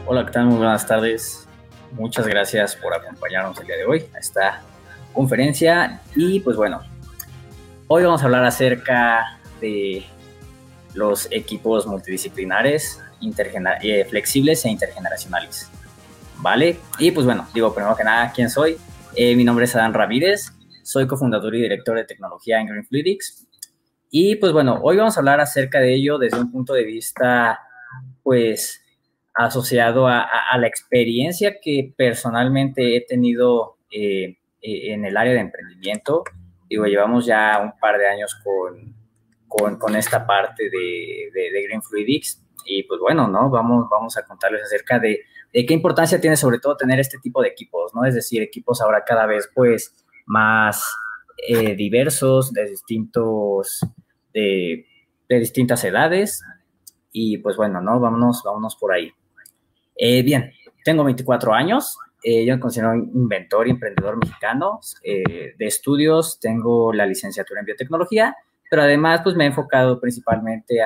Hola, ¿qué tal? Muy buenas tardes. Muchas gracias por acompañarnos el día de hoy a esta conferencia. Y pues bueno, hoy vamos a hablar acerca de los equipos multidisciplinares, flexibles e intergeneracionales. ¿Vale? Y pues bueno, digo primero que nada, ¿quién soy? Mi nombre es Adán Ramírez, soy cofundador y director de tecnología en Green Fluidics. Y pues bueno, hoy vamos a hablar acerca de ello desde un punto de vista, pues, asociado a la experiencia que personalmente he tenido en el área de emprendimiento. Digo, llevamos ya un par de años con esta parte de Green Fluidics y pues bueno, ¿no? Vamos a contarles acerca de qué importancia tiene sobre todo tener este tipo de equipos, ¿no? Es decir, equipos ahora cada vez pues más diversos, de, de distintas edades y pues bueno, ¿no? Vámonos por ahí. Bien, tengo 24 años, yo me considero un inventor y emprendedor mexicano. De estudios tengo la licenciatura en biotecnología, pero además pues me he enfocado principalmente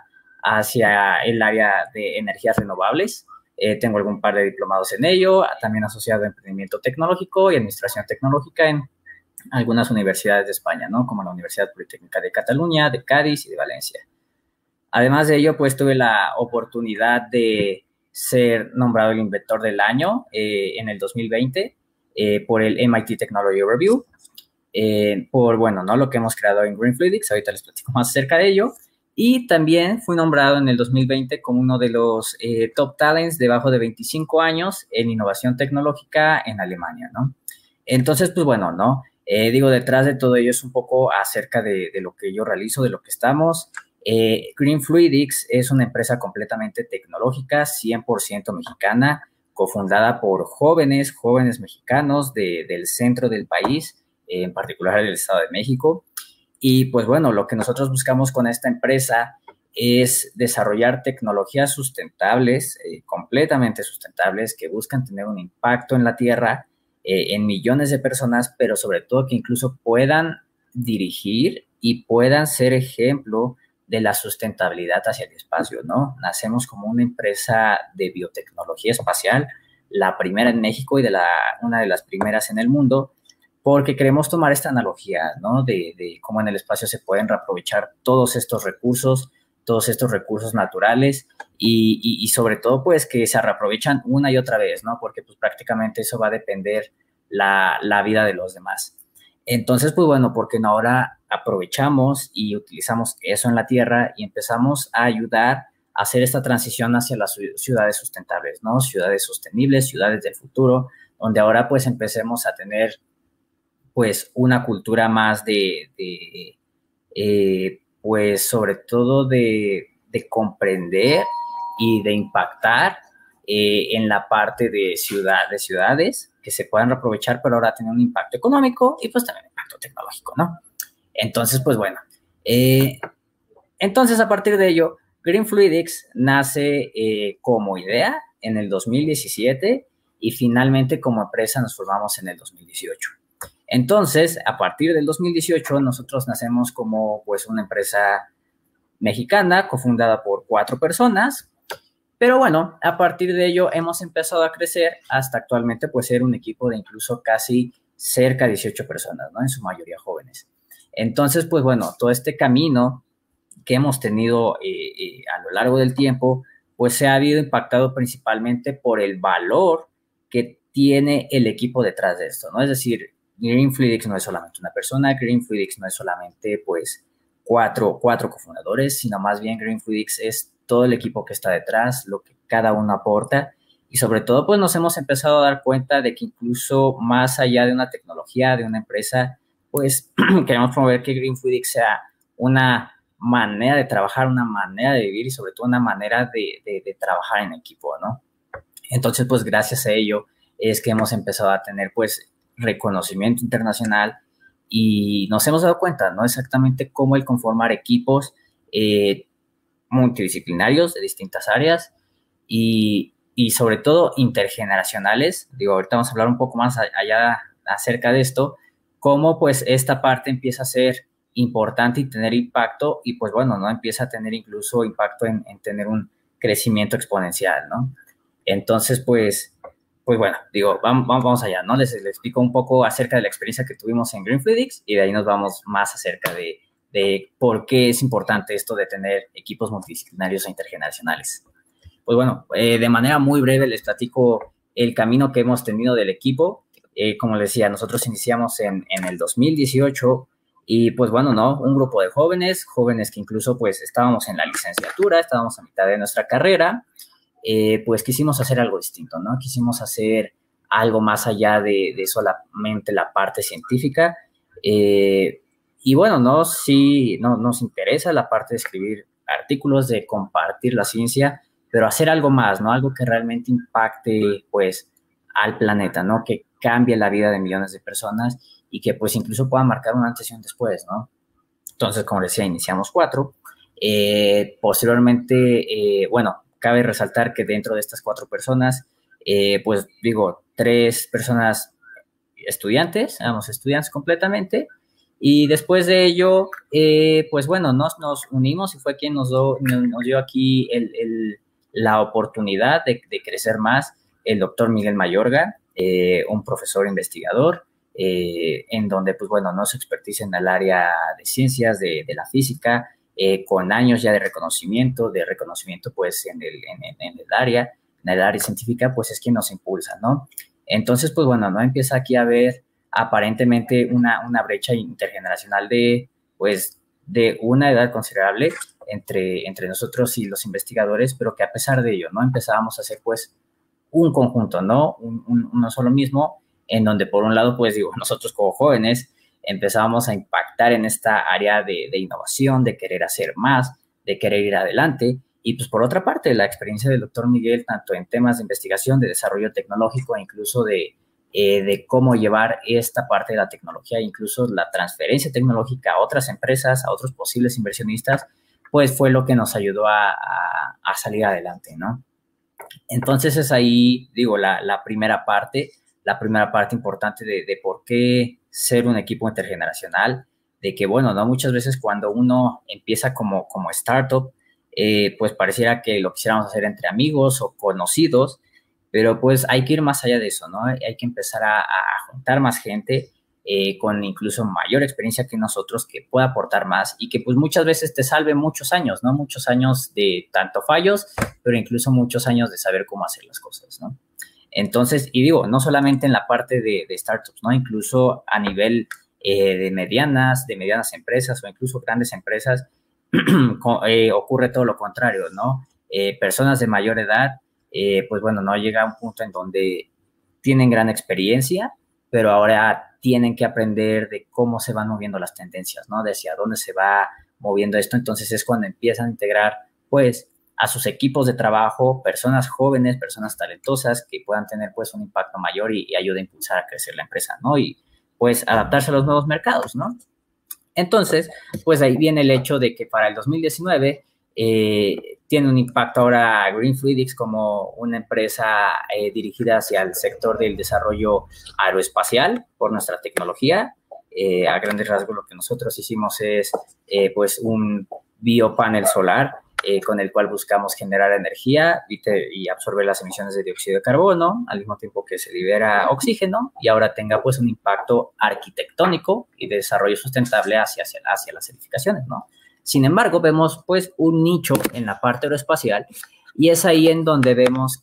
hacia el área de energías renovables. Tengo algún par de diplomados en ello, también asociado a emprendimiento tecnológico y administración tecnológica en algunas universidades de España, ¿no? Como la Universidad Politécnica de Cataluña, de Cádiz y de Valencia. Además de ello, pues tuve la oportunidad de ser nombrado el inventor del año en el 2020 por el MIT Technology Review, por, bueno, ¿no? Lo que hemos creado en Green Fluidics, ahorita les platico más acerca de ello. Y también fui nombrado en el 2020 como uno de los top talents debajo de 25 años en innovación tecnológica en Alemania, ¿no? Entonces, pues bueno, ¿no? Digo, detrás de todo ello es un poco acerca de lo que yo realizo, de lo que estamos. Green Fluidics es una empresa completamente tecnológica, 100% mexicana, cofundada por jóvenes mexicanos del centro del país, en particular del Estado de México. Y pues bueno, lo que nosotros buscamos con esta empresa es desarrollar tecnologías sustentables, completamente sustentables, que buscan tener un impacto en la Tierra, en millones de personas, pero sobre todo que incluso puedan dirigir y puedan ser ejemplo de la sustentabilidad hacia el espacio, ¿no? Nacemos como una empresa de biotecnología espacial, la primera en México y una de las primeras en el mundo, porque queremos tomar esta analogía, ¿no? De cómo en el espacio se pueden reaprovechar todos estos recursos naturales y sobre todo, pues, que se reaprovechan una y otra vez, ¿no? Porque, pues, prácticamente eso va a depender la vida de los demás. Entonces, pues bueno, porque ahora aprovechamos y utilizamos eso en la Tierra y empezamos a ayudar a hacer esta transición hacia las ciudades sustentables, ¿no? Ciudades sostenibles, ciudades del futuro, donde ahora pues empecemos a tener pues una cultura más pues sobre todo de comprender y de impactar en la parte de ciudades que se puedan aprovechar, pero ahora tienen un impacto económico y pues también un impacto tecnológico, ¿no? Entonces, pues bueno, entonces a partir de ello, Green Fluidics nace como idea en el 2017 y finalmente como empresa nos formamos en el 2018. Entonces, a partir del 2018, nosotros nacemos como pues una empresa mexicana cofundada por 4 personas, pero bueno, a partir de ello hemos empezado a crecer hasta actualmente pues ser un equipo de incluso casi cerca de 18 personas, ¿no? En su mayoría jóvenes. Entonces, pues bueno, todo este camino que hemos tenido a lo largo del tiempo, pues se ha habido impactado principalmente por el valor que tiene el equipo detrás de esto, ¿no? Es decir, Green Fluidics no es solamente una persona, Green Fluidics no es solamente, pues, cuatro cofundadores, sino más bien Green Fluidics es todo el equipo que está detrás, lo que cada uno aporta y sobre todo, pues, nos hemos empezado a dar cuenta de que incluso más allá de una tecnología, de una empresa, pues, queremos promover que Green Fluidics sea una manera de trabajar, una manera de vivir y sobre todo una manera de trabajar en equipo, ¿no? Entonces, pues gracias a ello es que hemos empezado a tener pues reconocimiento internacional y nos hemos dado cuenta, ¿no? Exactamente cómo el conformar equipos multidisciplinarios de distintas áreas y sobre todo intergeneracionales. Digo, ahorita vamos a hablar un poco más allá acerca de esto, cómo pues esta parte empieza a ser importante y tener impacto y pues bueno, ¿no? Empieza a tener incluso impacto en tener un crecimiento exponencial, ¿no? Entonces, pues bueno, digo, vamos allá, ¿no? Les explico un poco acerca de la experiencia que tuvimos en Green Fluidics y de ahí nos vamos más acerca de por qué es importante esto de tener equipos multidisciplinarios e intergeneracionales. Pues bueno, de manera muy breve les platico el camino que hemos tenido del equipo. Como les decía, nosotros iniciamos en el 2018 y pues bueno, ¿no? Un grupo de jóvenes que incluso pues estábamos en la licenciatura, estábamos a mitad de nuestra carrera, pues quisimos hacer algo distinto, ¿no? Quisimos hacer algo más allá de solamente la parte científica. Y bueno, ¿no? Sí, no, nos interesa la parte de escribir artículos, de compartir la ciencia, pero hacer algo más, ¿no? Algo que realmente impacte, pues, al planeta, ¿no? Que cambie la vida de millones de personas y que, pues, incluso pueda marcar un antes y un después, ¿no? Entonces, como decía, iniciamos 4. Posteriormente, bueno, cabe resaltar que dentro de estas 4 personas, pues, digo, 3 personas estudiantes, éramos estudiantes completamente, y después de ello, pues bueno, nos unimos y fue quien nos dio aquí la oportunidad de crecer más, el doctor Miguel Mayorga, un profesor investigador, en donde, pues bueno, no se expertiza en el área de ciencias, de la física, con años ya de reconocimiento pues en el área científica, pues es quien nos impulsa, ¿no? Entonces, pues bueno, no empieza aquí a haber aparentemente una brecha intergeneracional pues, de una edad considerable entre nosotros y los investigadores, pero que a pesar de ello, ¿no? Empezábamos a hacer, pues, un conjunto, ¿no? Uno solo mismo, en donde, por un lado, pues, digo, nosotros como jóvenes empezábamos a impactar en esta área de innovación, de querer hacer más, de querer ir adelante, y pues por otra parte, la experiencia del doctor Miguel, tanto en temas de investigación, de desarrollo tecnológico, e incluso de cómo llevar esta parte de la tecnología, incluso la transferencia tecnológica a otras empresas, a otros posibles inversionistas, pues fue lo que nos ayudó a salir adelante, ¿no? Entonces es ahí, digo, la primera parte importante de por qué ser un equipo intergeneracional, de que, bueno, ¿no? Muchas veces cuando uno empieza como startup, pues pareciera que lo quisiéramos hacer entre amigos o conocidos, pero pues hay que ir más allá de eso, ¿no? Hay que empezar a juntar más gente con incluso mayor experiencia que nosotros, que pueda aportar más y que pues muchas veces te salve muchos años, ¿no? Muchos años de tanto fallos, pero incluso muchos años de saber cómo hacer las cosas, ¿no? Entonces, y digo, no solamente en la parte de startups, ¿no? Incluso a nivel de medianas empresas o incluso grandes empresas, ocurre todo lo contrario, ¿no? Personas de mayor edad, pues bueno, no llega a un punto en donde tienen gran experiencia, pero ahora tienen que aprender de cómo se van moviendo las tendencias, ¿no? De hacia dónde se va moviendo esto. Entonces es cuando empiezan a integrar, pues, a sus equipos de trabajo, personas jóvenes, personas talentosas que puedan tener, pues, un impacto mayor y ayude a impulsar a crecer la empresa, ¿no? Y, pues, adaptarse a los nuevos mercados, ¿no? Entonces, pues ahí viene el hecho de que para el 2019 tiene un impacto ahora Green Fluidics como una empresa dirigida hacia el sector del desarrollo aeroespacial por nuestra tecnología. A grandes rasgos lo que nosotros hicimos es pues un biopanel solar con el cual buscamos generar energía y absorber las emisiones de dióxido de carbono, al mismo tiempo que se libera oxígeno y ahora tenga pues un impacto arquitectónico y de desarrollo sustentable hacia las edificaciones, ¿no? Sin embargo, vemos pues un nicho en la parte aeroespacial y es ahí en donde vemos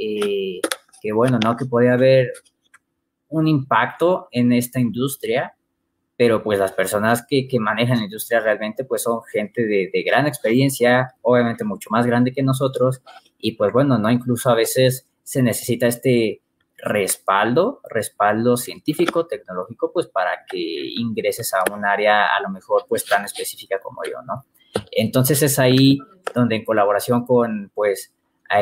que bueno, ¿no? Que puede haber un impacto en esta industria, pero pues las personas que manejan la industria realmente pues son gente de gran experiencia, obviamente mucho más grande que nosotros, y pues bueno, ¿no? Incluso a veces se necesita este respaldo científico, tecnológico, pues para que ingreses a un área a lo mejor pues tan específica como yo, ¿no? Entonces es ahí donde en colaboración con pues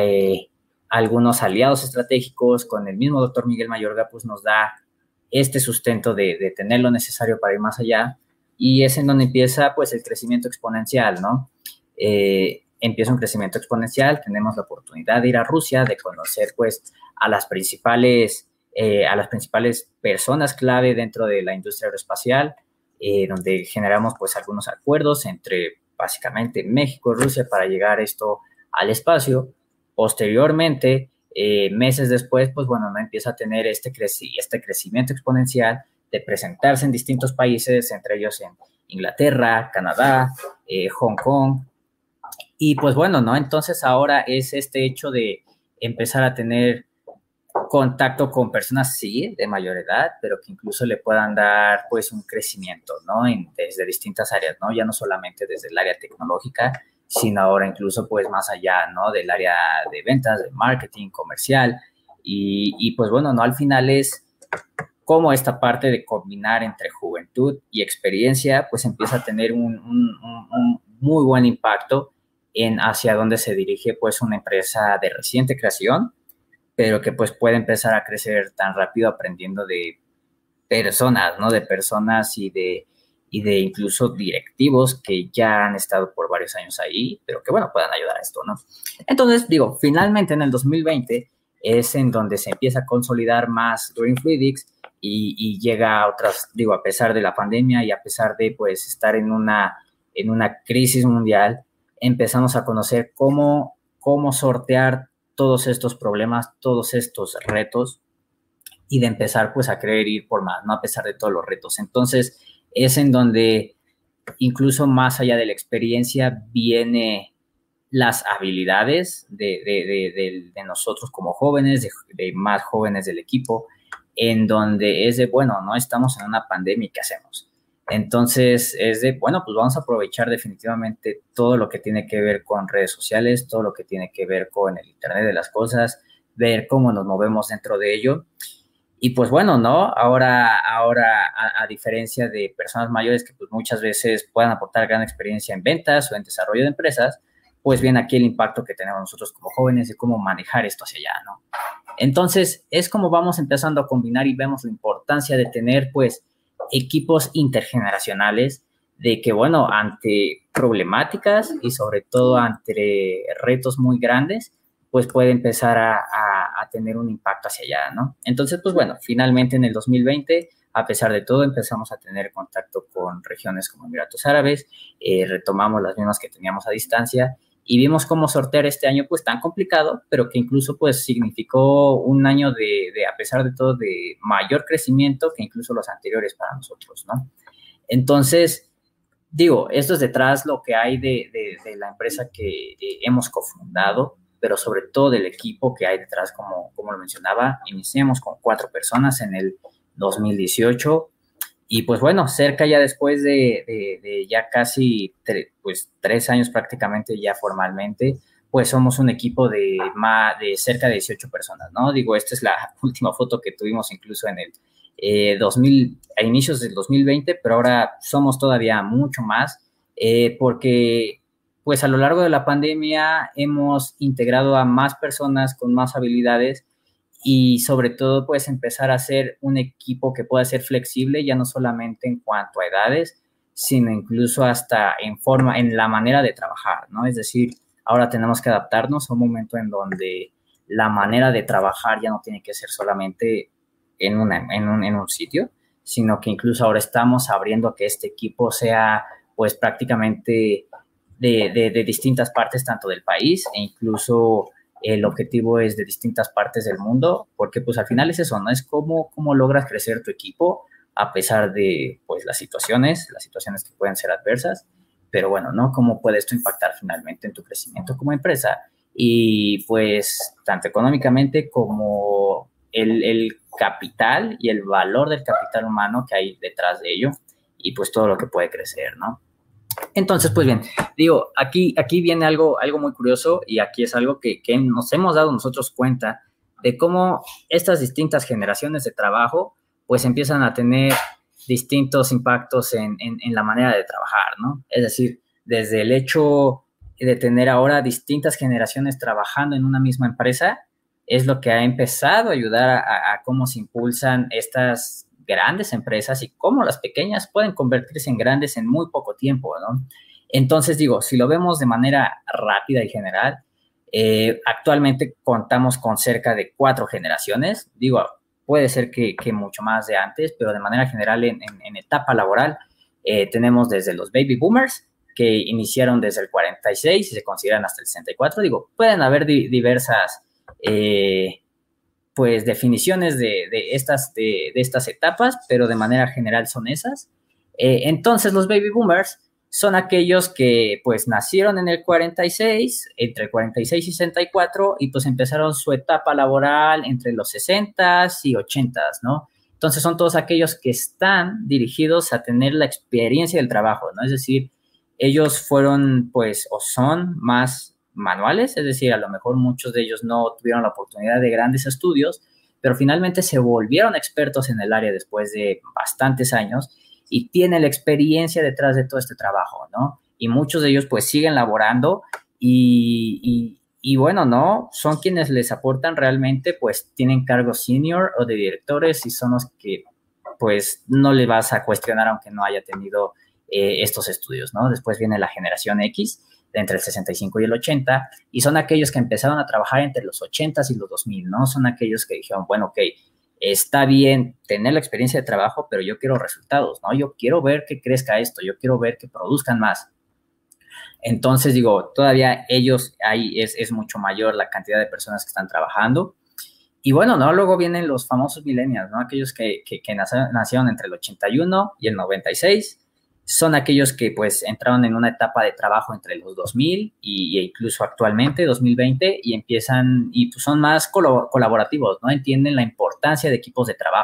algunos aliados estratégicos, con el mismo doctor Miguel Mayorga, pues nos da este sustento de tener lo necesario para ir más allá, y es en donde empieza pues el crecimiento exponencial, ¿no? Empieza un crecimiento exponencial, tenemos la oportunidad de ir a Rusia, de conocer pues a las principales personas clave dentro de la industria aeroespacial, donde generamos pues algunos acuerdos entre básicamente México y Rusia para llegar esto al espacio. Posteriormente, meses después, pues bueno, ¿no? Empieza a tener este crecimiento exponencial de presentarse en distintos países, entre ellos en Inglaterra, Canadá, Hong Kong. Y pues bueno, ¿no? Entonces ahora es este hecho de empezar a tener contacto con personas, sí, de mayor edad, pero que incluso le puedan dar, pues, un crecimiento, ¿no? Desde distintas áreas, ¿no? Ya no solamente desde el área tecnológica, sino ahora incluso, pues, más allá, ¿no? Del área de ventas, de marketing, comercial. Pues, bueno, ¿no? Al final es cómo esta parte de combinar entre juventud y experiencia, pues, empieza a tener un muy buen impacto en hacia dónde se dirige, pues, una empresa de reciente creación, pero que pues puede empezar a crecer tan rápido aprendiendo de personas, ¿no? De personas y de incluso directivos que ya han estado por varios años ahí, pero que bueno, puedan ayudar a esto, ¿no? Entonces, digo, finalmente en el 2020 es en donde se empieza a consolidar más Green Fluidics y llega a otras, digo, a pesar de la pandemia y a pesar de pues estar en una crisis mundial, empezamos a conocer cómo sortear todos estos problemas, todos estos retos y de empezar pues a querer ir por más, ¿no? A pesar de todos los retos. Entonces es en donde incluso más allá de la experiencia viene las habilidades de nosotros como jóvenes, de más jóvenes del equipo, en donde es de, bueno, no estamos en una pandemia, ¿qué hacemos? Entonces es de, bueno, pues vamos a aprovechar definitivamente todo lo que tiene que ver con redes sociales, todo lo que tiene que ver con el Internet de las cosas, ver cómo nos movemos dentro de ello. Y pues bueno, ¿no? Ahora a diferencia de personas mayores que pues muchas veces puedan aportar gran experiencia en ventas o en desarrollo de empresas, pues viene aquí el impacto que tenemos nosotros como jóvenes de cómo manejar esto hacia allá, ¿no? Entonces, es como vamos empezando a combinar y vemos la importancia de tener, pues, equipos intergeneracionales, de que, bueno, ante problemáticas y sobre todo ante retos muy grandes, pues puede empezar a tener un impacto hacia allá, ¿no? Entonces, pues bueno, finalmente en el 2020, a pesar de todo, empezamos a tener contacto con regiones como Emiratos Árabes, retomamos las mismas que teníamos a distancia y vimos cómo sortear este año pues tan complicado, pero que incluso pues significó un año a pesar de todo, de mayor crecimiento que incluso los anteriores para nosotros, ¿no? Entonces, digo, esto es detrás lo que hay de la empresa que hemos cofundado, pero sobre todo del equipo que hay detrás, como lo mencionaba, iniciamos con 4 personas en el 2018 y pues bueno, cerca ya después de ya casi pues 3 años prácticamente ya formalmente, pues somos un equipo de cerca de 18 personas, ¿no? Digo, esta es la última foto que tuvimos incluso en el 2000, a inicios del 2020, pero ahora somos todavía mucho más, porque pues a lo largo de la pandemia hemos integrado a más personas con más habilidades y sobre todo pues empezar a ser un equipo que pueda ser flexible ya no solamente en cuanto a edades, sino incluso hasta en la manera de trabajar, ¿no? Es decir, ahora tenemos que adaptarnos a un momento en donde la manera de trabajar ya no tiene que ser solamente en un sitio, sino que incluso ahora estamos abriendo que este equipo sea pues prácticamente de distintas partes tanto del país e incluso el objetivo es de distintas partes del mundo, porque pues al final es eso, ¿no? Es cómo logras crecer tu equipo a pesar de pues las situaciones que pueden ser adversas, pero bueno, ¿no? ¿Cómo puede esto impactar finalmente en tu crecimiento como empresa? Y pues tanto económicamente como el capital y el valor del capital humano que hay detrás de ello y pues todo lo que puede crecer, ¿no? Entonces, pues bien, digo, aquí viene algo muy curioso y aquí es algo que nos hemos dado nosotros cuenta de cómo estas distintas generaciones de trabajo pues empiezan a tener distintos impactos en la manera de trabajar, ¿no? Es decir, desde el hecho de tener ahora distintas generaciones trabajando en una misma empresa, es lo que ha empezado a ayudar a cómo se impulsan estas grandes empresas y cómo las pequeñas pueden convertirse en grandes en muy poco tiempo, ¿no? Entonces, digo, si lo vemos de manera rápida y general, actualmente contamos con cerca de 4 generaciones, digo, puede ser que mucho más de antes, pero de manera general en etapa laboral tenemos desde los baby boomers, que iniciaron desde el 46 y se consideran hasta el 64, digo, pueden haber diversas pues definiciones de estas etapas, pero de manera general son esas. Entonces los baby boomers son aquellos que pues nacieron en el 46, entre el 46 y 64, y pues empezaron su etapa laboral entre los 60s y 80s, ¿no? Entonces son todos aquellos que están dirigidos a tener la experiencia del trabajo, ¿no? Es decir, ellos fueron pues o son más manuales, es decir, a lo mejor muchos de ellos no tuvieron la oportunidad de grandes estudios, pero finalmente se volvieron expertos en el área después de bastantes años y tienen la experiencia detrás de todo este trabajo, ¿no? Y muchos de ellos pues siguen laborando y bueno, ¿no? Son quienes les aportan realmente, pues tienen cargos senior o de directores y son los que pues no le vas a cuestionar aunque no haya tenido estos estudios, ¿no? Después viene la generación X, de entre el 65 y el 80, y son aquellos que empezaron a trabajar entre los 80s y los 2000, ¿no? Son aquellos que dijeron, bueno, ok, está bien tener la experiencia de trabajo, pero yo quiero resultados, ¿no? Yo quiero ver que crezca esto, yo quiero ver que produzcan más. Entonces, digo, todavía ellos, ahí es mucho mayor la cantidad de personas que están trabajando. Y bueno, ¿no? Luego vienen los famosos millennials, ¿no? Aquellos que nacieron entre el 81 y el 96. Son aquellos que pues entraron en una etapa de trabajo entre los 2000 e incluso actualmente, 2020, y empiezan, y pues son más colaborativos, ¿no? Entienden la importancia de equipos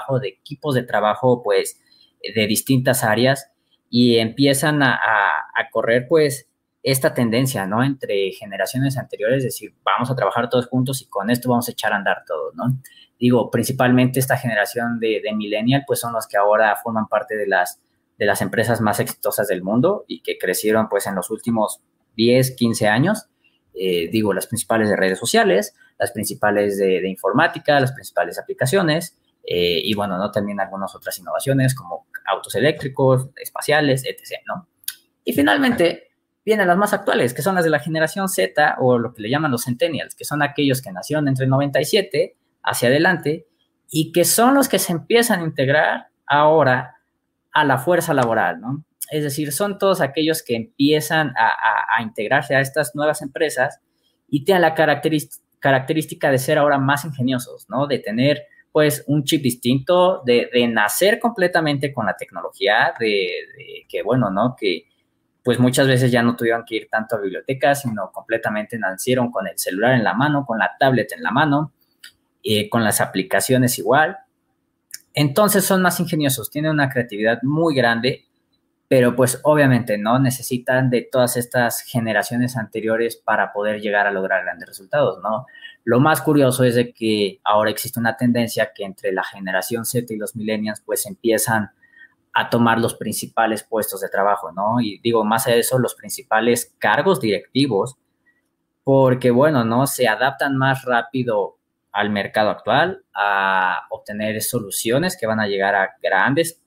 de trabajo pues de distintas áreas y empiezan a correr pues esta tendencia, ¿no? Entre generaciones anteriores, es decir, vamos a trabajar todos juntos y con esto vamos a echar a andar todo, ¿no? Digo, principalmente esta generación de millennial, pues son los que ahora forman parte de las empresas más exitosas del mundo y que crecieron pues en los últimos 10, 15 años. Digo, las principales de redes sociales, las principales de informática, las principales aplicaciones y bueno, ¿no? También algunas otras innovaciones como autos eléctricos, espaciales, etc., ¿no? Y finalmente vienen las más actuales, que son las de la generación Z o lo que le llaman los centennials, que son aquellos que nacieron entre el 97 hacia adelante y que son los que se empiezan a integrar ahora a la fuerza laboral, ¿no? Es decir, son todos aquellos que empiezan a integrarse a estas nuevas empresas y tienen la característica de ser ahora más ingeniosos, ¿no? De tener, pues, un chip distinto, de nacer completamente con la tecnología, de que, bueno, ¿no? Que pues muchas veces ya no tuvieron que ir tanto a bibliotecas, sino completamente nacieron con el celular en la mano, con la tablet en la mano, con las aplicaciones igual. Entonces son más ingeniosos, tienen una creatividad muy grande, pero pues obviamente no necesitan de todas estas generaciones anteriores para poder llegar a lograr grandes resultados, ¿no? Lo más curioso es de que ahora existe una tendencia que entre la generación Z y los millennials pues empiezan a tomar los principales puestos de trabajo, ¿no? Y digo, más a eso, los principales cargos directivos, porque, bueno, ¿no? Se adaptan más rápido al mercado actual, a obtener soluciones que van a llegar a grandes,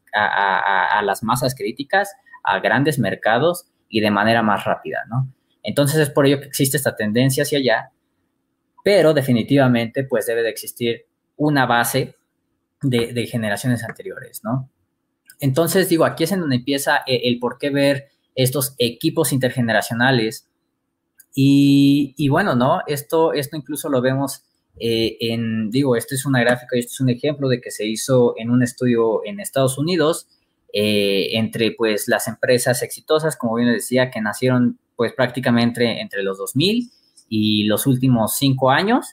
a las masas críticas, a grandes mercados y de manera más rápida, ¿no? Entonces es por ello que existe esta tendencia hacia allá, pero definitivamente pues debe de existir una base de generaciones anteriores, ¿no? Entonces, digo, aquí es en donde empieza el por qué ver estos equipos intergeneracionales. Y bueno, ¿no? Esto incluso lo vemos digo, esto es una gráfica y esto es un ejemplo de que se hizo en un estudio en Estados Unidos entre, pues, las empresas exitosas, como bien les decía, que nacieron, pues, prácticamente entre los 2000 y los últimos 5 años,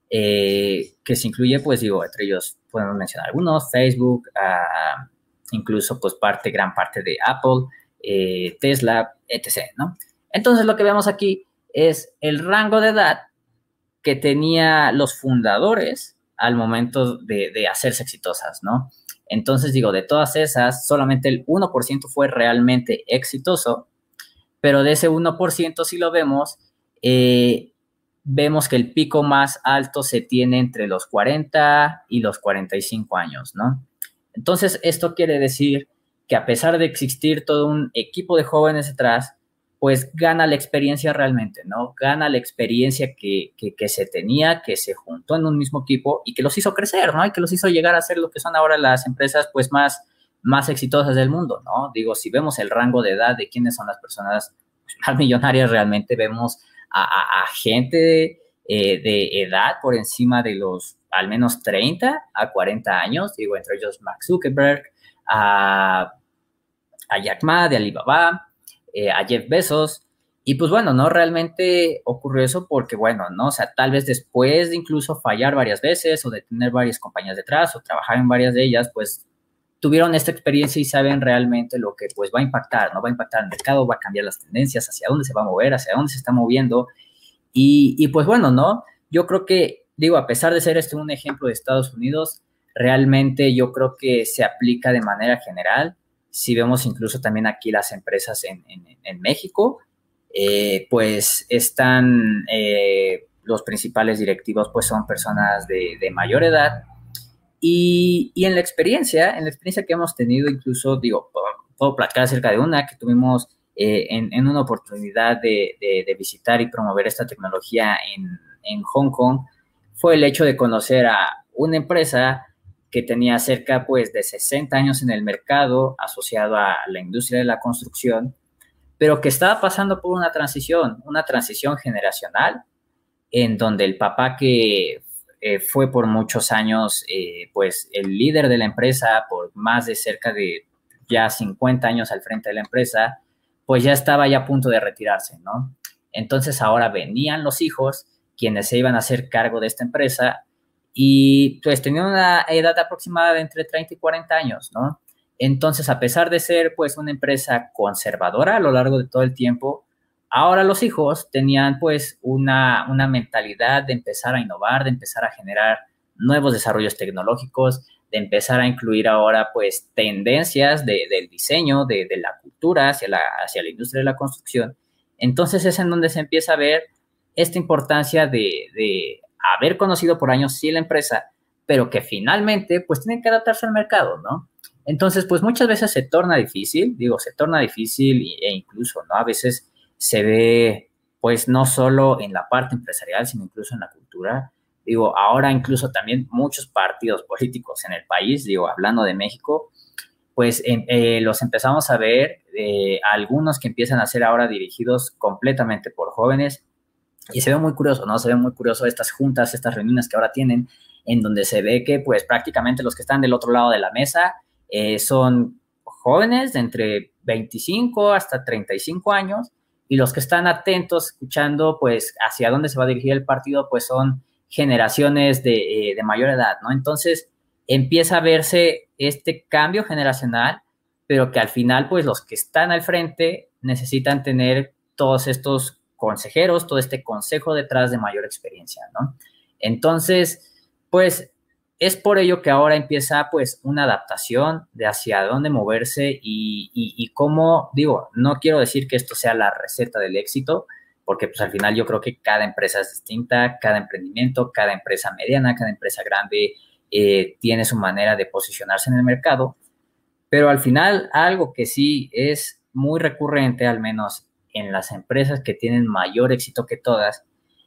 que se incluye, pues, digo, entre ellos podemos mencionar algunos, Facebook, incluso pues gran parte de Apple, Tesla, etc., ¿no? Entonces lo que vemos aquí es el rango de edad que tenía los fundadores al momento de hacerse exitosas, ¿no? Entonces digo, de todas esas, solamente el 1% fue realmente exitoso, pero de ese 1% si lo vemos, vemos que el pico más alto se tiene entre los 40 y los 45 años, ¿no? Entonces, esto quiere decir que a pesar de existir todo un equipo de jóvenes detrás, pues gana la experiencia realmente, ¿no? Gana la experiencia que se tenía, que se juntó en un mismo equipo y que los hizo crecer, ¿no? Y que los hizo llegar a ser lo que son ahora las empresas, pues, más exitosas del mundo, ¿no? Digo, si vemos el rango de edad de quiénes son las personas más millonarias, realmente vemos a gente de edad por encima de los al menos 30 a 40 años, digo, entre ellos Mark Zuckerberg, a, a Jack Ma de Alibaba, a Jeff Bezos. Y pues bueno, ¿no? Realmente ocurrió eso porque, bueno, ¿no? O sea, tal vez después de incluso fallar varias veces o de tener varias compañías detrás o trabajar en varias de ellas, pues tuvieron esta experiencia y saben realmente lo que pues va a impactar, ¿no? Va a impactar el mercado, va a cambiar las tendencias, hacia dónde se va a mover, hacia dónde se está moviendo. Y pues bueno, ¿no? Yo creo que, digo, a pesar de ser este un ejemplo de Estados Unidos, realmente yo creo que se aplica de manera general. Si vemos incluso también aquí las empresas en México, pues están, los principales directivos pues son personas de mayor edad y en la experiencia que hemos tenido, incluso, digo, puedo platicar acerca de una que tuvimos en una oportunidad de visitar y promover esta tecnología en Hong Kong, fue el hecho de conocer a una empresa que tenía cerca pues de 60 años en el mercado, asociado a la industria de la construcción, pero que estaba pasando por una transición generacional en donde el papá que fue por muchos años pues el líder de la empresa, por más de cerca de ya 50 años al frente de la empresa, pues ya estaba ya a punto de retirarse, ¿no? Entonces ahora venían los hijos quienes se iban a hacer cargo de esta empresa y pues tenían una edad aproximada de entre 30 y 40 años, ¿no? Entonces, a pesar de ser pues una empresa conservadora a lo largo de todo el tiempo, ahora los hijos tenían pues una mentalidad de empezar a innovar, de empezar a generar nuevos desarrollos tecnológicos, de empezar a incluir ahora pues tendencias del diseño, de la cultura hacia la industria de la construcción. Entonces es en donde se empieza a ver esta importancia de haber conocido por años sí la empresa, pero que finalmente pues tienen que adaptarse al mercado, ¿no? Entonces pues muchas veces se torna difícil, digo, se torna difícil e incluso, ¿no? A veces se ve, pues, no solo en la parte empresarial, sino incluso en la cultura. Digo, ahora incluso también muchos partidos políticos en el país, digo, hablando de México, pues los empezamos a ver, algunos que empiezan a ser ahora dirigidos completamente por jóvenes, y se ve muy curioso, ¿no? Se ve muy curioso estas juntas, estas reuniones que ahora tienen, en donde se ve que, pues, prácticamente los que están del otro lado de la mesa son jóvenes de entre 25 hasta 35 años, y los que están atentos, escuchando, pues, hacia dónde se va a dirigir el partido, pues, son generaciones de mayor edad, ¿no? Entonces, empieza a verse este cambio generacional, pero que al final, pues, los que están al frente necesitan tener todos estos consejeros, todo este consejo detrás de mayor experiencia, ¿no? Entonces, pues, es por ello que ahora empieza pues una adaptación de hacia dónde moverse y cómo, digo, no quiero decir que esto sea la receta del éxito, porque pues al final yo creo que cada empresa es distinta, cada emprendimiento, cada empresa mediana, cada empresa grande tiene su manera de posicionarse en el mercado, pero al final algo que sí es muy recurrente, al menos en las empresas que tienen mayor éxito que todas,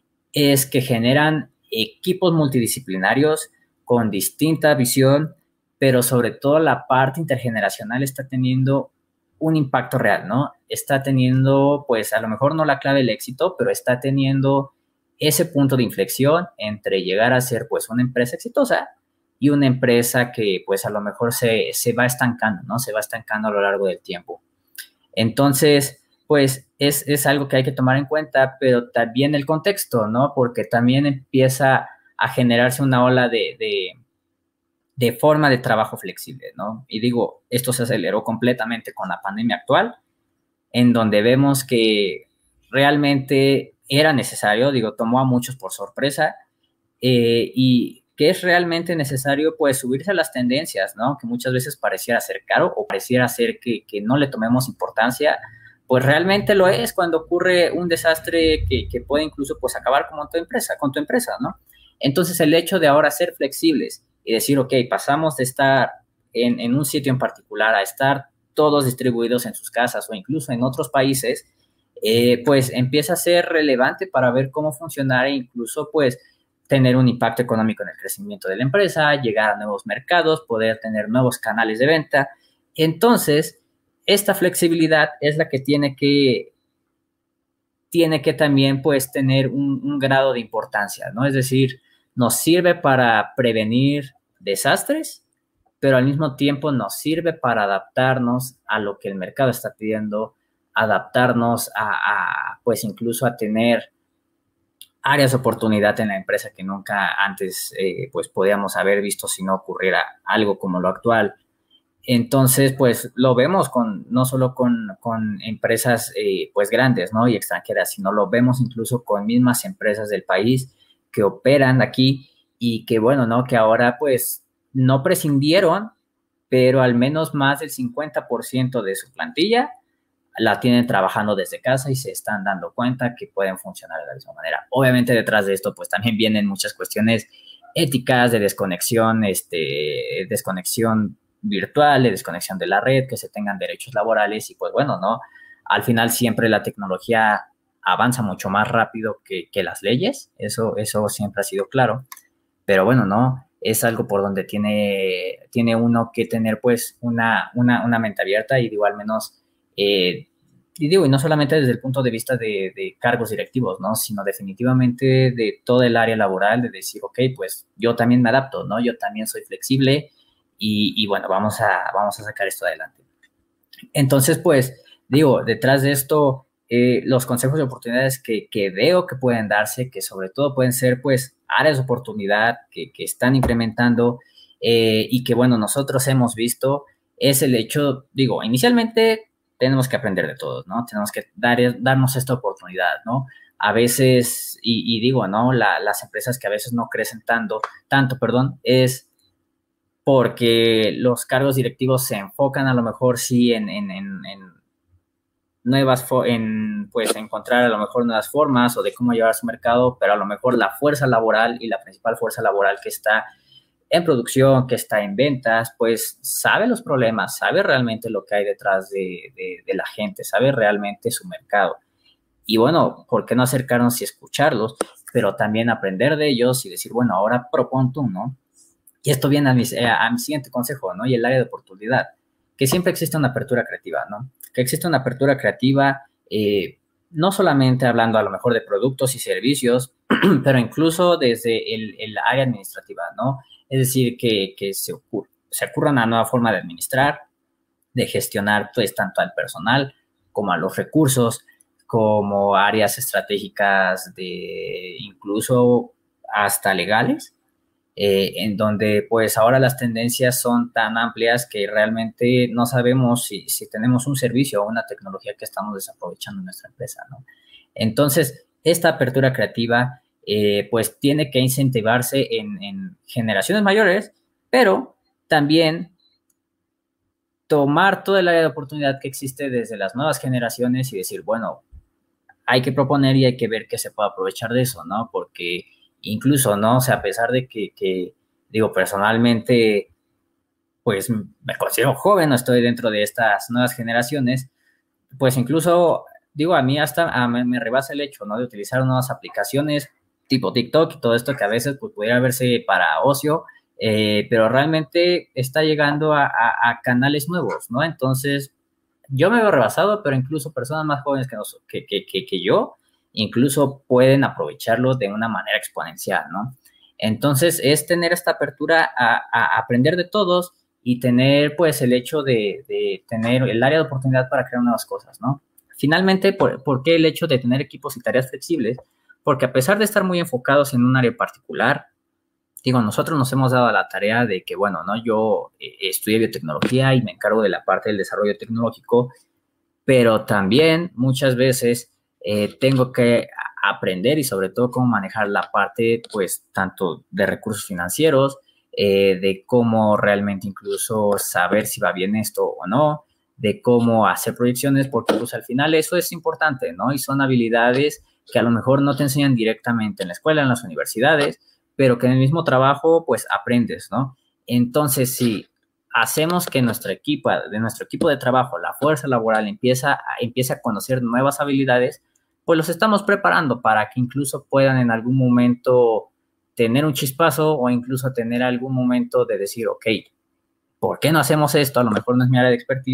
es que generan equipos multidisciplinarios con distinta visión, pero sobre todo la parte intergeneracional está teniendo un impacto real, ¿no? Está teniendo, pues a lo mejor no la clave del éxito, pero está teniendo ese punto de inflexión entre llegar a ser pues una empresa exitosa y una empresa que pues a lo mejor se va estancando, ¿no? Se va estancando a lo largo del tiempo. Entonces, pues es algo que hay que tomar en cuenta, pero también el contexto, ¿no? Porque también empieza a generarse una ola de forma de trabajo flexible, ¿no? Y digo, esto se aceleró completamente con la pandemia actual, en donde vemos que realmente era necesario, digo, tomó a muchos por sorpresa, y que es realmente necesario, pues, subirse a las tendencias, ¿no? Que muchas veces pareciera ser caro o pareciera ser que no le tomemos importancia, pues realmente lo es cuando ocurre un desastre que puede incluso, pues, acabar con tu empresa, ¿no? Entonces, el hecho de ahora ser flexibles y decir, ok, pasamos de estar en un sitio en particular a estar todos distribuidos en sus casas o incluso en otros países, pues empieza a ser relevante para ver cómo funcionar e incluso, pues, tener un impacto económico en el crecimiento de la empresa, llegar a nuevos mercados, poder tener nuevos canales de venta. Entonces, esta flexibilidad es la que tiene que también pues tener un grado de importancia, ¿no? Es decir, nos sirve para prevenir desastres, pero al mismo tiempo nos sirve para adaptarnos a lo que el mercado está pidiendo, adaptarnos pues incluso a tener áreas de oportunidad en la empresa que nunca antes pues podíamos haber visto si no ocurriera algo como lo actual. Entonces, pues lo vemos no solo con empresas pues grandes, ¿no? Y extranjeras, sino lo vemos incluso con mismas empresas del país que operan aquí y que, bueno, ¿no? Que ahora pues no prescindieron, pero al menos más del 50% de su plantilla la tienen trabajando desde casa y se están dando cuenta que pueden funcionar de la misma manera. Obviamente detrás de esto pues también vienen muchas cuestiones éticas de desconexión, desconexión virtual, de desconexión de la red, que se tengan derechos laborales y pues bueno, ¿no? Al final siempre la tecnología avanza mucho más rápido que las leyes, eso siempre ha sido claro, pero bueno, ¿no? Es algo por donde tiene uno que tener pues una mente abierta y digo, al menos, y digo, y no solamente desde el punto de vista de cargos directivos, ¿no? Sino definitivamente de todo el área laboral, de decir, ok, pues yo también me adapto, ¿no? Yo también soy flexible y bueno, vamos a sacar esto adelante. Entonces, pues, digo, detrás de esto, los consejos de oportunidades que veo que pueden darse, que sobre todo pueden ser, pues, áreas de oportunidad que están incrementando y que, bueno, nosotros hemos visto, es el hecho, digo, inicialmente tenemos que aprender de todos, ¿no? Tenemos que darnos esta oportunidad, ¿no? A veces, y digo, ¿no? Las empresas que a veces no crecen tanto, perdón, es porque los cargos directivos se enfocan a lo mejor sí en pues encontrar a lo mejor nuevas formas o de cómo llevar su mercado, pero a lo mejor la fuerza laboral y la principal fuerza laboral que está en producción, que está en ventas, pues sabe los problemas, sabe realmente lo que hay detrás de la gente, sabe realmente su mercado. Y bueno, ¿por qué no acercarnos y escucharlos, pero también aprender de ellos y decir, bueno, ahora propon tú, ¿no? Y esto viene a mi siguiente consejo, ¿no? Y el área de oportunidad, que siempre existe una apertura creativa, ¿no? Que existe una apertura creativa, no solamente hablando a lo mejor de productos y servicios, pero incluso desde el área administrativa, ¿no? Es decir, que se ocurra una nueva forma de administrar, de gestionar, pues, tanto al personal como a los recursos, como áreas estratégicas de incluso hasta legales, en donde pues ahora las tendencias son tan amplias que realmente no sabemos si tenemos un servicio o una tecnología que estamos desaprovechando en nuestra empresa, ¿no? Entonces, esta apertura creativa pues tiene que incentivarse en generaciones mayores, pero también tomar todo el área de oportunidad que existe desde las nuevas generaciones y decir, bueno, hay que proponer y hay que ver qué se puede aprovechar de eso, ¿no? Porque incluso, ¿no? O sea, a pesar de que digo, personalmente, pues me considero joven, no estoy dentro de estas nuevas generaciones, pues incluso, digo, a mí hasta me rebasa el hecho, ¿no? De utilizar nuevas aplicaciones tipo TikTok y todo esto que a veces pues, pudiera verse para ocio, pero realmente está llegando a canales nuevos, ¿no? Entonces, yo me veo rebasado, pero incluso personas más jóvenes que yo, incluso pueden aprovecharlo de una manera exponencial, ¿no? Entonces, es tener esta apertura a aprender de todos y tener, pues, el hecho de tener el área de oportunidad para crear nuevas cosas, ¿no? Finalmente, ¿por qué el hecho de tener equipos y tareas flexibles? Porque a pesar de estar muy enfocados en un área particular, digo, nosotros nos hemos dado la tarea de que, bueno, ¿no? Yo estudié biotecnología y me encargo de la parte del desarrollo tecnológico, pero también muchas veces tengo que aprender y sobre todo cómo manejar la parte, pues, tanto de recursos financieros, de cómo realmente incluso saber si va bien esto o no, de cómo hacer proyecciones, porque pues al final eso es importante, ¿no? Y son habilidades que a lo mejor no te enseñan directamente en la escuela, en las universidades, pero que en el mismo trabajo, pues, aprendes, ¿no? Entonces, si hacemos que de nuestro equipo de trabajo, la fuerza laboral empiece a conocer nuevas habilidades, pues los estamos preparando para que incluso puedan en algún momento tener un chispazo o incluso tener algún momento de decir, ok, ¿por qué no hacemos esto? A lo mejor no es mi área de expertise,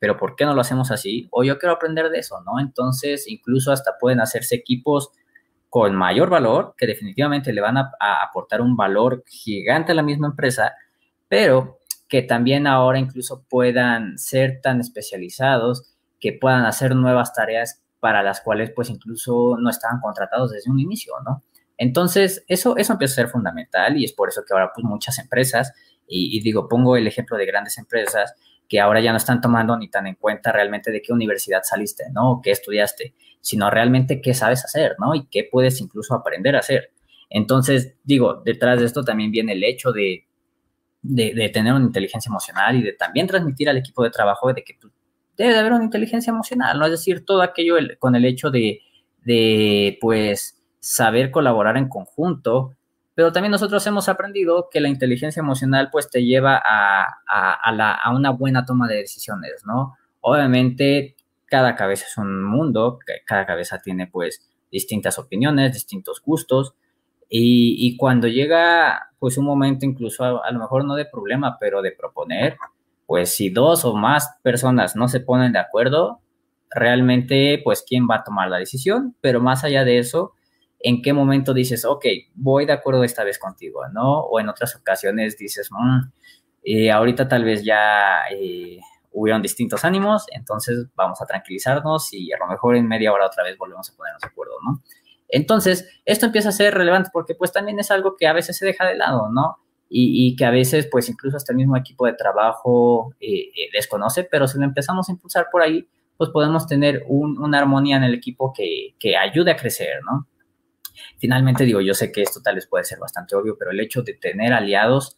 pero ¿por qué no lo hacemos así? O yo quiero aprender de eso, ¿no? Entonces, incluso hasta pueden hacerse equipos con mayor valor, que definitivamente le van a aportar un valor gigante a la misma empresa, pero que también ahora incluso puedan ser tan especializados que puedan hacer nuevas tareas para las cuales pues incluso no estaban contratados desde un inicio, ¿no? Entonces, eso empieza a ser fundamental y es por eso que ahora pues muchas empresas, y digo, pongo el ejemplo de grandes empresas que ahora ya no están tomando ni tan en cuenta realmente de qué universidad saliste, ¿no? O qué estudiaste, sino realmente qué sabes hacer, ¿no? Y qué puedes incluso aprender a hacer. Entonces, digo, detrás de esto también viene el hecho de tener una inteligencia emocional y de también transmitir al equipo de trabajo de que pues, debe de haber una inteligencia emocional, ¿no? Es decir, todo aquello con el hecho pues, saber colaborar en conjunto, pero también nosotros hemos aprendido que la inteligencia emocional, pues, te lleva a una buena toma de decisiones, ¿no? Obviamente, cada cabeza es un mundo, cada cabeza tiene, pues, distintas opiniones, distintos gustos, y cuando llega, pues, un momento incluso a lo mejor no de problema, pero de proponer, pues, si dos o más personas no se ponen de acuerdo, realmente, pues, ¿quién va a tomar la decisión? Pero más allá de eso, ¿en qué momento dices, ok, voy de acuerdo esta vez contigo, ¿no? O en otras ocasiones dices, ahorita tal vez ya hubieron distintos ánimos, entonces vamos a tranquilizarnos y a lo mejor en media hora otra vez volvemos a ponernos de acuerdo, ¿no? Entonces, esto empieza a ser relevante porque pues también es algo que a veces se deja de lado, ¿no? Y que a veces pues incluso hasta el mismo equipo de trabajo desconoce, pero si lo empezamos a impulsar por ahí, pues podemos tener una armonía en el equipo que ayude a crecer, ¿no? Finalmente, digo, yo sé que esto tal vez puede ser bastante obvio, pero el hecho de tener aliados,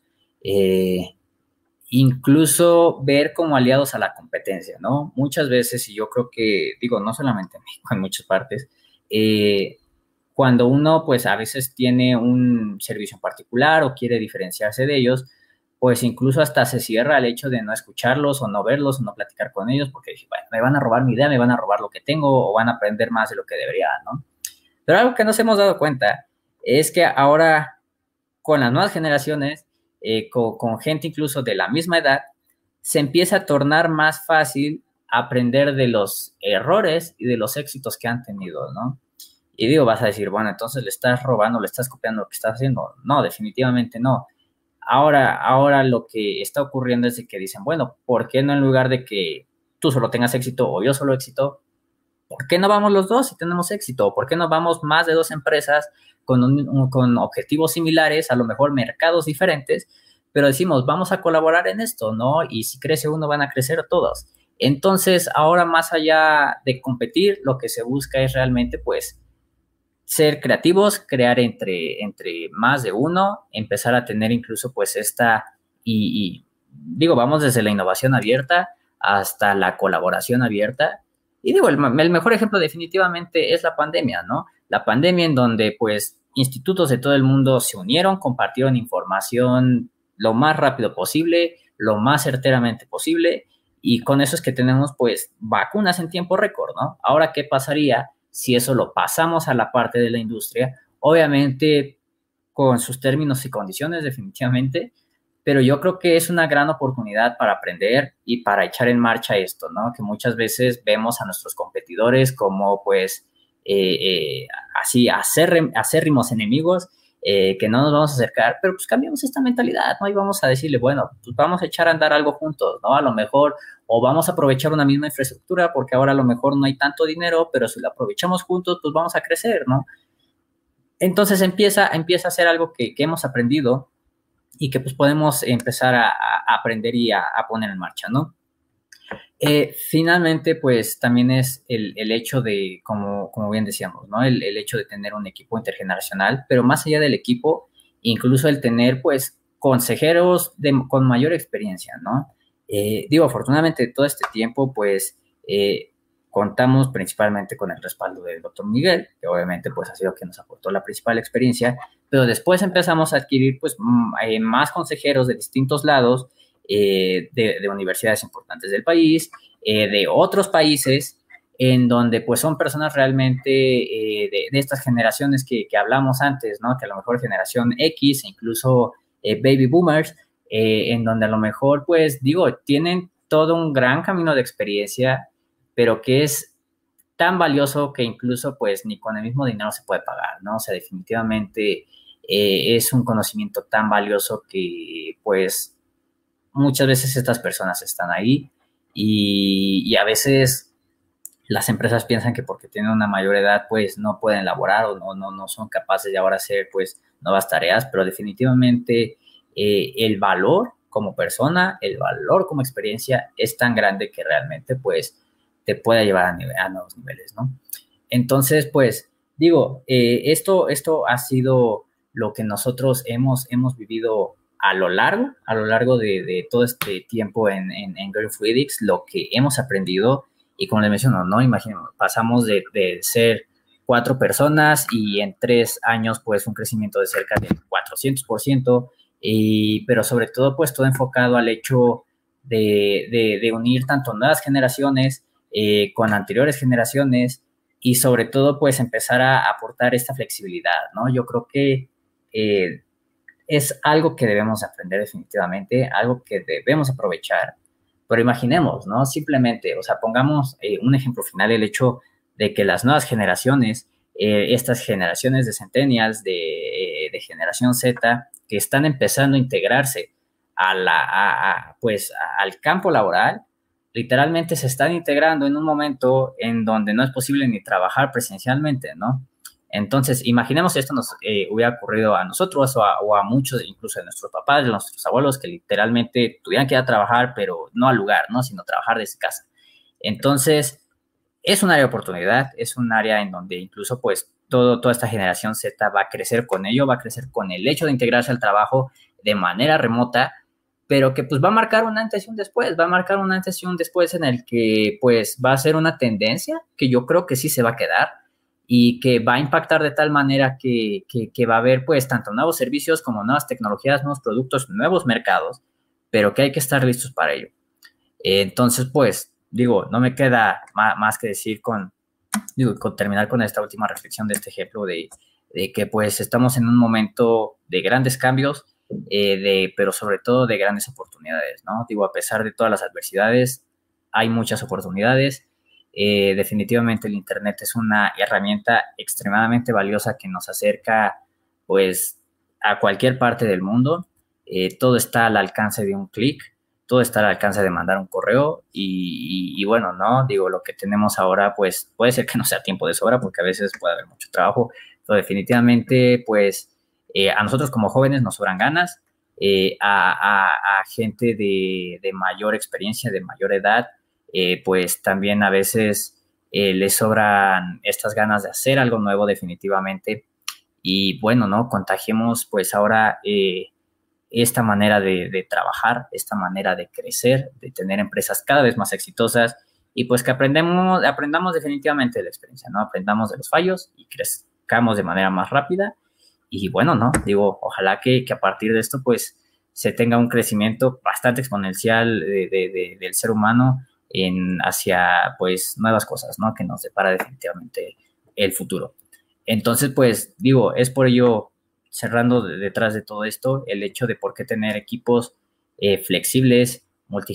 incluso ver como aliados a la competencia, ¿no? Muchas veces, y yo creo que, digo, no solamente en México, en muchas partes, cuando uno, pues, a veces tiene un servicio en particular o quiere diferenciarse de ellos, pues incluso hasta se cierra el hecho de no escucharlos o no verlos o no platicar con ellos porque bueno, me van a robar mi idea, me van a robar lo que tengo o van a aprender más de lo que debería, ¿no? Pero algo que nos hemos dado cuenta es que ahora con las nuevas generaciones, con gente incluso de la misma edad, se empieza a tornar más fácil aprender de los errores y de los éxitos que han tenido, ¿no? Y digo, vas a decir, bueno, entonces le estás robando, le estás copiando lo que estás haciendo. No, definitivamente no. Ahora lo que está ocurriendo es de que dicen, bueno, ¿por qué no en lugar de que tú solo tengas éxito o yo solo éxito, ¿por qué no vamos los dos si tenemos éxito? ¿Por qué no vamos más de dos empresas con objetivos similares, a lo mejor mercados diferentes, pero decimos, vamos a colaborar en esto, ¿no? Y si crece uno, van a crecer todos. Entonces, ahora más allá de competir, lo que se busca es realmente, pues, ser creativos, crear entre más de uno, empezar a tener incluso, pues, digo, vamos desde la innovación abierta hasta la colaboración abierta. Y digo, el mejor ejemplo definitivamente es la pandemia, ¿no? La pandemia en donde pues institutos de todo el mundo se unieron, compartieron información lo más rápido posible, lo más certeramente posible, y con eso es que tenemos pues vacunas en tiempo récord, ¿no? Ahora, ¿qué pasaría si eso lo pasamos a la parte de la industria? Obviamente con sus términos y condiciones definitivamente, pero yo creo que es una gran oportunidad para aprender y para echar en marcha esto, ¿no? Que muchas veces vemos a nuestros competidores como, pues, así, acérrimos enemigos, que no nos vamos a acercar, pero pues cambiamos esta mentalidad, ¿no? Y vamos a decirle, bueno, pues vamos a echar a andar algo juntos, ¿no? A lo mejor, o vamos a aprovechar una misma infraestructura, porque ahora a lo mejor no hay tanto dinero, pero si lo aprovechamos juntos, pues vamos a crecer, ¿no? Entonces empieza a ser algo que hemos aprendido y que pues podemos empezar a aprender y a poner en marcha, ¿no? Finalmente, pues también es el hecho de, como bien decíamos, ¿no? El hecho de tener un equipo intergeneracional, pero más allá del equipo, incluso el tener, pues, consejeros con mayor experiencia, ¿no? Digo, afortunadamente todo este tiempo, pues, contamos principalmente con el respaldo del doctor Miguel, que obviamente, pues, ha sido quien nos aportó la principal experiencia, pero después empezamos a adquirir, pues, más consejeros de distintos lados, de universidades importantes del país, de otros países, en donde pues son personas realmente de estas generaciones que hablamos antes, ¿no? Que a lo mejor generación X e incluso baby boomers, en donde a lo mejor pues digo, tienen todo un gran camino de experiencia, pero que es tan valioso que incluso pues ni con el mismo dinero se puede pagar, ¿no? O sea, definitivamente es un conocimiento tan valioso que pues muchas veces estas personas están ahí y a veces las empresas piensan que porque tienen una mayor edad, pues no pueden elaborar o no son capaces de ahora hacer pues nuevas tareas, pero definitivamente el valor como persona, el valor como experiencia es tan grande que realmente pues te puede llevar a nuevos niveles, ¿no? Entonces, pues digo, esto ha sido lo que nosotros hemos vivido a lo largo de todo este tiempo en Girl Fluidics, lo que hemos aprendido y como le menciono, ¿no? Imagínate, pasamos de ser 4 personas y en 3 años, pues un crecimiento de cerca del 400%, pero sobre todo, pues todo enfocado al hecho de unir tanto nuevas generaciones con anteriores generaciones y sobre todo, pues empezar a aportar esta flexibilidad, ¿no? Yo creo que eh, es algo que debemos aprender definitivamente, algo que debemos aprovechar, pero imaginemos, ¿no? Simplemente, o sea, pongamos un ejemplo final, el hecho de que las nuevas generaciones, estas generaciones de centennials, de generación Z, que están empezando a integrarse pues, al campo laboral, literalmente se están integrando en un momento en donde no es posible ni trabajar presencialmente, ¿no? Entonces, imaginemos si esto nos hubiera ocurrido a nosotros o a muchos, incluso a nuestros papás, a nuestros abuelos, que literalmente tuvieran que ir a trabajar, pero no al lugar, ¿no? Sino trabajar desde casa. Entonces, es un área de oportunidad, es un área en donde incluso, pues, toda esta generación Z va a crecer con ello, va a crecer con el hecho de integrarse al trabajo de manera remota, pero que pues va a marcar un antes y un después, va a marcar un antes y un después en el que pues va a ser una tendencia que yo creo que sí se va a quedar y que va a impactar de tal manera que va a haber pues tanto nuevos servicios como nuevas tecnologías, nuevos productos, nuevos mercados, pero que hay que estar listos para ello. Entonces, pues, digo, no me queda más que decir con terminar con esta última reflexión de este ejemplo de que pues estamos en un momento de grandes cambios, pero sobre todo de grandes oportunidades, ¿no? Digo, a pesar de todas las adversidades, hay muchas oportunidades. Definitivamente el Internet es una herramienta extremadamente valiosa que nos acerca pues a cualquier parte del mundo. Todo está al alcance de un clic, todo está al alcance de mandar un correo y bueno, ¿no? Digo, lo que tenemos ahora pues puede ser que no sea tiempo de sobra porque a veces puede haber mucho trabajo, pero definitivamente pues a nosotros como jóvenes nos sobran ganas, a gente de mayor experiencia, de mayor edad, pues también a veces les sobran estas ganas de hacer algo nuevo definitivamente. Y bueno, ¿no? Contagiemos pues ahora esta manera de trabajar, esta manera de crecer, de tener empresas cada vez más exitosas y pues que aprendamos definitivamente de la experiencia, ¿no? Aprendamos de los fallos y crezcamos de manera más rápida. Y bueno, ¿no? Digo, ojalá que a partir de esto pues se tenga un crecimiento bastante exponencial del ser humano hacia pues nuevas cosas, ¿no? Que nos depara definitivamente el futuro. Entonces, pues digo, es por ello, cerrando detrás de todo esto, el hecho de por qué tener equipos flexibles,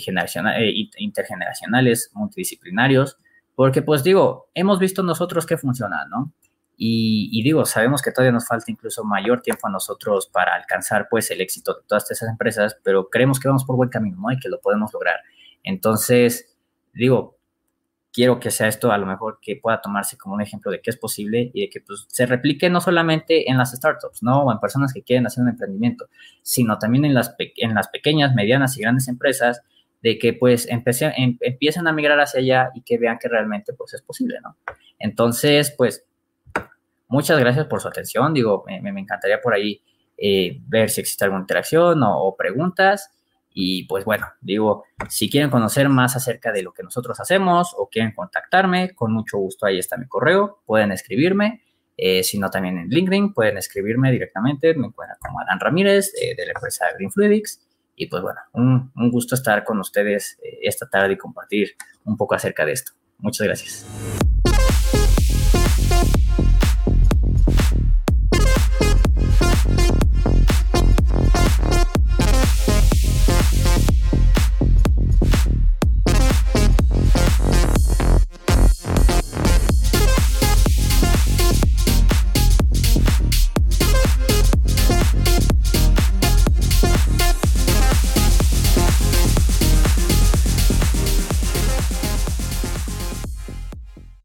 intergeneracionales, multidisciplinarios, porque pues digo, hemos visto nosotros que funciona, ¿no? Y digo, sabemos que todavía nos falta incluso mayor tiempo a nosotros para alcanzar pues el éxito de todas esas empresas, pero creemos que vamos por buen camino, ¿no? Y que lo podemos lograr. Entonces, digo, quiero que sea esto a lo mejor que pueda tomarse como un ejemplo de que es posible y de que pues, se replique no solamente en las startups, ¿no? O en personas que quieren hacer un emprendimiento, sino también en las pequeñas, medianas y grandes empresas, de que pues empiecen a migrar hacia allá y que vean que realmente pues es posible, ¿no? Entonces, pues muchas gracias por su atención. Digo, me encantaría por ahí ver si existe alguna interacción o preguntas. Y pues bueno, digo, si quieren conocer más acerca de lo que nosotros hacemos o quieren contactarme, con mucho gusto ahí está mi correo, pueden escribirme. Si no, también en LinkedIn pueden escribirme directamente. Me encuentran como Adán Ramírez de la empresa Green Fluidics. Y pues bueno, un gusto estar con ustedes esta tarde y compartir un poco acerca de esto. Muchas gracias.